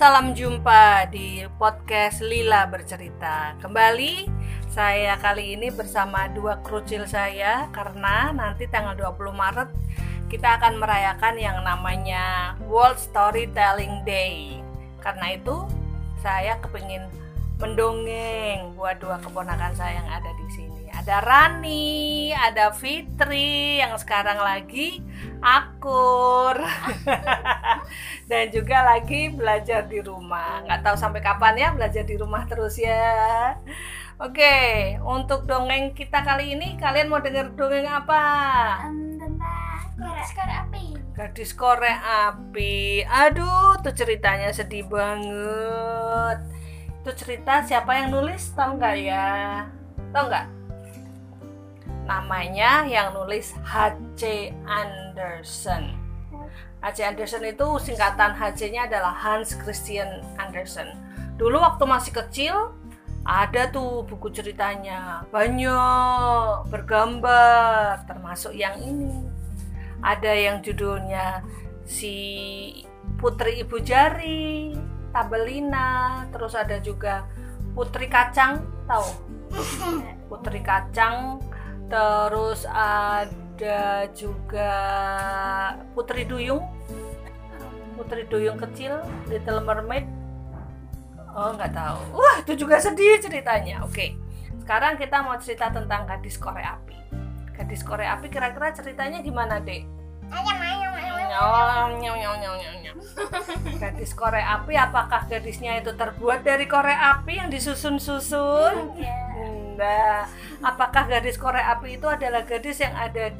salam jumpa di podcast Lila Bercerita. Kembali saya kali ini bersama dua krucil saya, karena nanti tanggal 20 Maret kita akan merayakan yang namanya World Storytelling Day. Karena itu saya kepingin mendongeng buat dua keponakan saya yang ada di sini. Ada Rani, ada Fitri yang sekarang lagi akur dan juga lagi belajar di rumah. Nggak tahu sampai kapan ya belajar di rumah terus ya. Oke, untuk dongeng kita kali ini kalian mau denger dongeng apa? Tentang korek api. Gadis korek api. Aduh, tuh ceritanya sedih banget. Itu cerita siapa yang nulis? Tahu nggak ya? Tahu nggak? Namanya yang nulis H.C. Andersen. H.C. Andersen itu singkatan H.C.-nya adalah Hans Christian Andersen. Dulu waktu masih kecil ada tuh buku ceritanya, banyak bergambar, termasuk yang ini. Ada yang judulnya si Putri Ibu Jari, Tabelina, terus ada juga Putri Kacang, tahu? Putri Kacang. Terus ada juga Putri Duyung kecil, Little Mermaid. Oh, nggak tahu. Wah, itu juga sedih ceritanya. Oke, sekarang kita mau cerita tentang gadis korek api. Gadis korek api kira-kira ceritanya gimana, Dek? Gadis korek api, apakah gadisnya itu terbuat dari korek api yang disusun-susun? Nah, apakah gadis korek api itu adalah gadis yang ada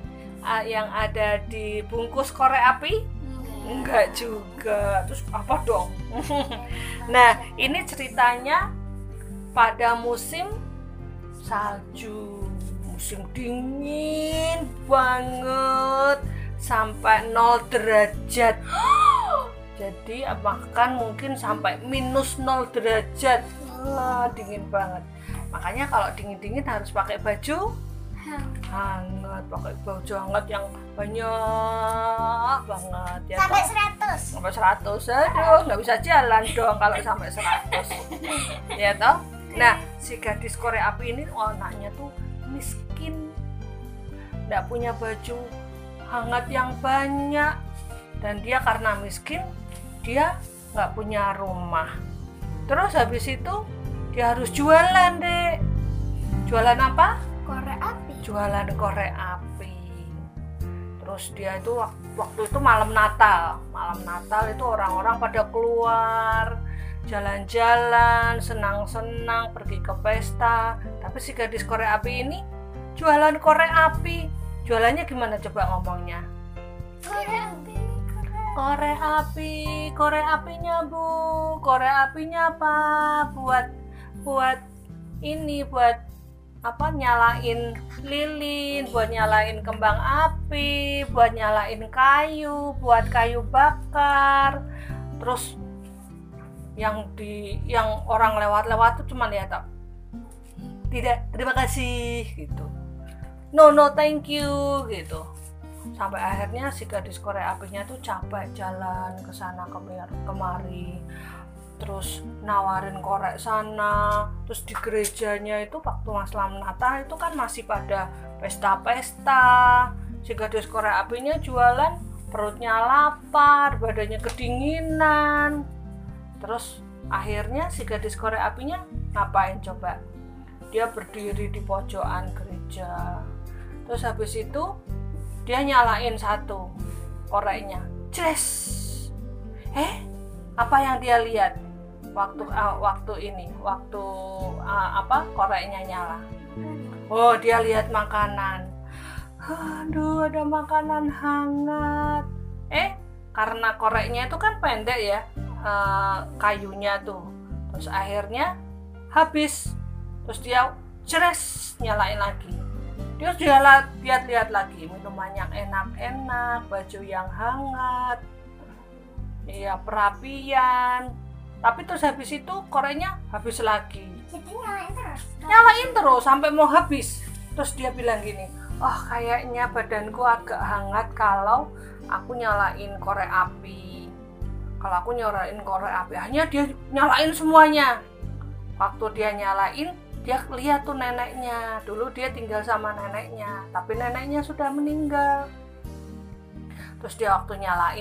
di bungkus korek api? Enggak juga. Terus apa dong? Nah, ini ceritanya pada musim salju, musim dingin banget sampai 0 derajat. Jadi bahkan mungkin sampai minus 0 derajat. Wah, dingin banget. Makanya kalau dingin-dingin harus pakai baju hangat, pakai baju hangat yang banyak banget ya. Sampai toh? 100. Sampai 100. Aduh, nggak bisa jalan dong kalau sampai 100. Ya toh? Nah, si gadis korek api ini anaknya tuh miskin, nggak punya baju hangat yang banyak, dan dia karena miskin dia nggak punya rumah. Terus habis itu dia harus jualan, Dek. Jualan apa? Korek api. Jualan korek api. Terus dia itu waktu itu malam Natal. Malam Natal itu orang-orang pada keluar jalan-jalan, senang-senang, pergi ke pesta. Tapi si gadis korek api ini jualan korek api. Jualannya gimana coba ngomongnya? Korek api. Korek api, korek apinya Bu. Korek apinya apa? Buat ini, buat apa, nyalain lilin, buat nyalain kembang api, buat nyalain kayu, buat kayu bakar. Terus yang orang lewat-lewat tuh cuma lihat, tidak, terima kasih gitu, no thank you gitu. Sampai akhirnya si gadis korek apinya tuh capek jalan ke sana kemari, terus nawarin korek sana. Terus di gerejanya itu waktu malam Natal itu kan masih pada pesta-pesta. Si gadis korek apinya jualan, perutnya lapar, badannya kedinginan. Terus akhirnya si gadis korek apinya ngapain coba? Dia berdiri di pojokan gereja. Terus habis itu dia nyalain satu koreknya, ces. Apa yang dia lihat waktu koreknya nyala? Oh, dia lihat makanan. Aduh, ada makanan hangat. Karena koreknya itu kan pendek ya, kayunya tuh. Terus akhirnya habis. Terus dia ces, nyalain lagi. Dia lihat lagi minuman yang enak-enak, baju yang hangat, ya perapian. Tapi terus habis itu koreknya habis lagi. Jadi Nyalain terus sampai mau habis. Terus dia bilang gini, oh kayaknya badanku agak hangat kalau aku nyalain korek api. Kalau aku nyalain korek api, akhirnya dia nyalain semuanya. Waktu dia nyalain, dia lihat tuh neneknya. Dulu dia tinggal sama neneknya, tapi neneknya sudah meninggal. Terus dia waktu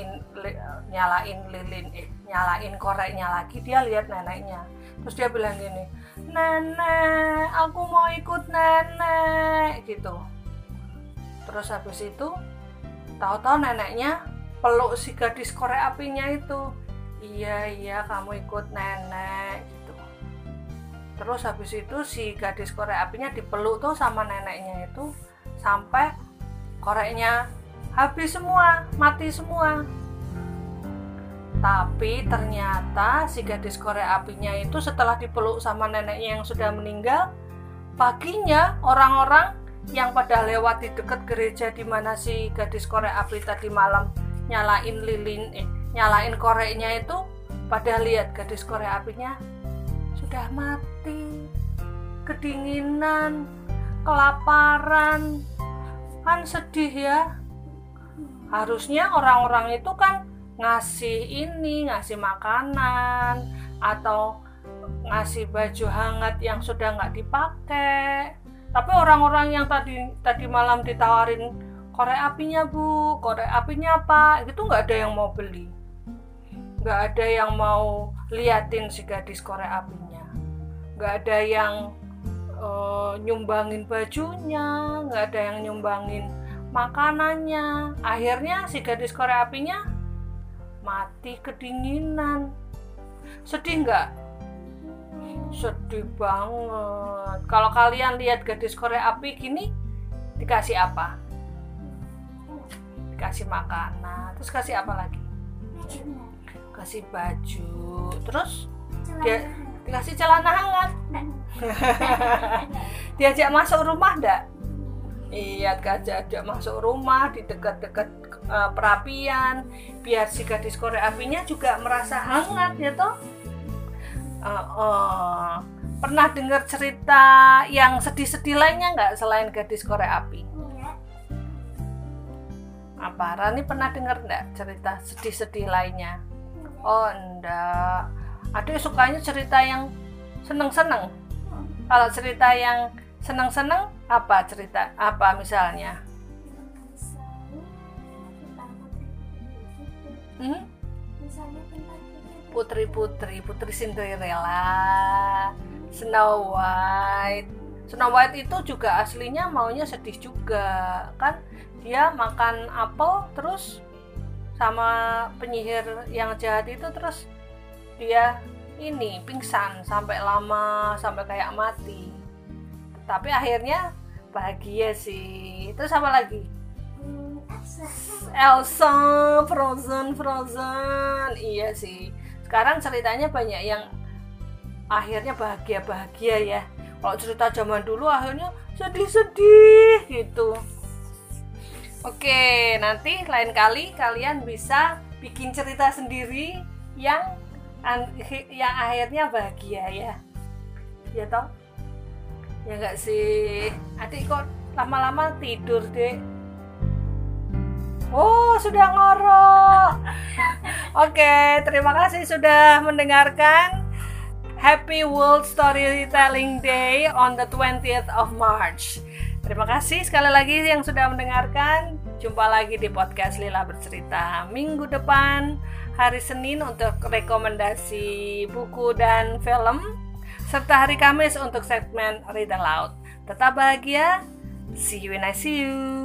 nyalain koreknya lagi, dia lihat neneknya. Terus dia bilang gini, "Nenek, aku mau ikut nenek," gitu. Terus habis itu, tahu-tahu neneknya peluk si gadis korek apinya itu. Iya, kamu ikut nenek gitu. Terus habis itu si gadis korek apinya dipeluk tuh sama neneknya itu sampai koreknya habis semua, mati semua. Tapi ternyata si gadis korek apinya itu setelah dipeluk sama neneknya yang sudah meninggal, paginya orang-orang yang pada lewat di dekat gereja di mana si gadis korek api tadi malam nyalain koreknya itu, pada lihat gadis korek apinya sudah mati, kedinginan, kelaparan. Kan sedih ya. Harusnya orang-orang itu kan ngasih makanan atau ngasih baju hangat yang sudah nggak dipakai. Tapi orang-orang yang tadi malam ditawarin korek apinya Bu, korek apinya Pak, itu nggak ada yang mau beli, nggak ada yang mau liatin si gadis korek apinya, nggak ada yang nyumbangin bajunya, nggak ada yang nyumbangin makanannya. Akhirnya si gadis korek apinya mati kedinginan. Sedih nggak? Sedih banget. Kalau kalian lihat gadis korek api gini, dikasih apa? Dikasih makanan, terus kasih apa lagi? Kasih baju, terus dia dikasih celana hangat. Diajak masuk rumah enggak? Iya, diajak masuk rumah di dekat-dekat perapian, biar si gadis korek apinya juga merasa hangat ya toh. Pernah dengar cerita yang sedih-sedih lainnya nggak selain gadis korek api? Apa? Rani pernah dengar nggak cerita sedih-sedih lainnya? Oh enggak. Aduh sukanya cerita yang seneng-seneng. Kalau cerita yang seneng-seneng apa cerita? Apa misalnya? Putri Cinderella, Snow White. Snow White itu juga aslinya maunya sedih juga kan, dia makan apel terus sama penyihir yang jahat itu, terus dia pingsan sampai lama, sampai kayak mati. Tapi akhirnya bahagia sih. Terus apa lagi? Elsa, Frozen. Iya sih. Sekarang ceritanya banyak yang akhirnya bahagia ya. Kalau cerita zaman dulu akhirnya sedih gitu. Oke, nanti lain kali kalian bisa bikin cerita sendiri yang akhirnya bahagia ya. Ya toh? Ya enggak sih? Adik kok lama-lama tidur, Dek? Oh, sudah ngorok. Oke, terima kasih sudah mendengarkan. Happy World Storytelling Day on the 20th of March. Terima kasih sekali lagi yang sudah mendengarkan. Jumpa lagi di podcast Lila Bercerita minggu depan, hari Senin untuk rekomendasi buku dan film, serta hari Kamis untuk segmen Read Aloud. Tetap bahagia. See you when I see you.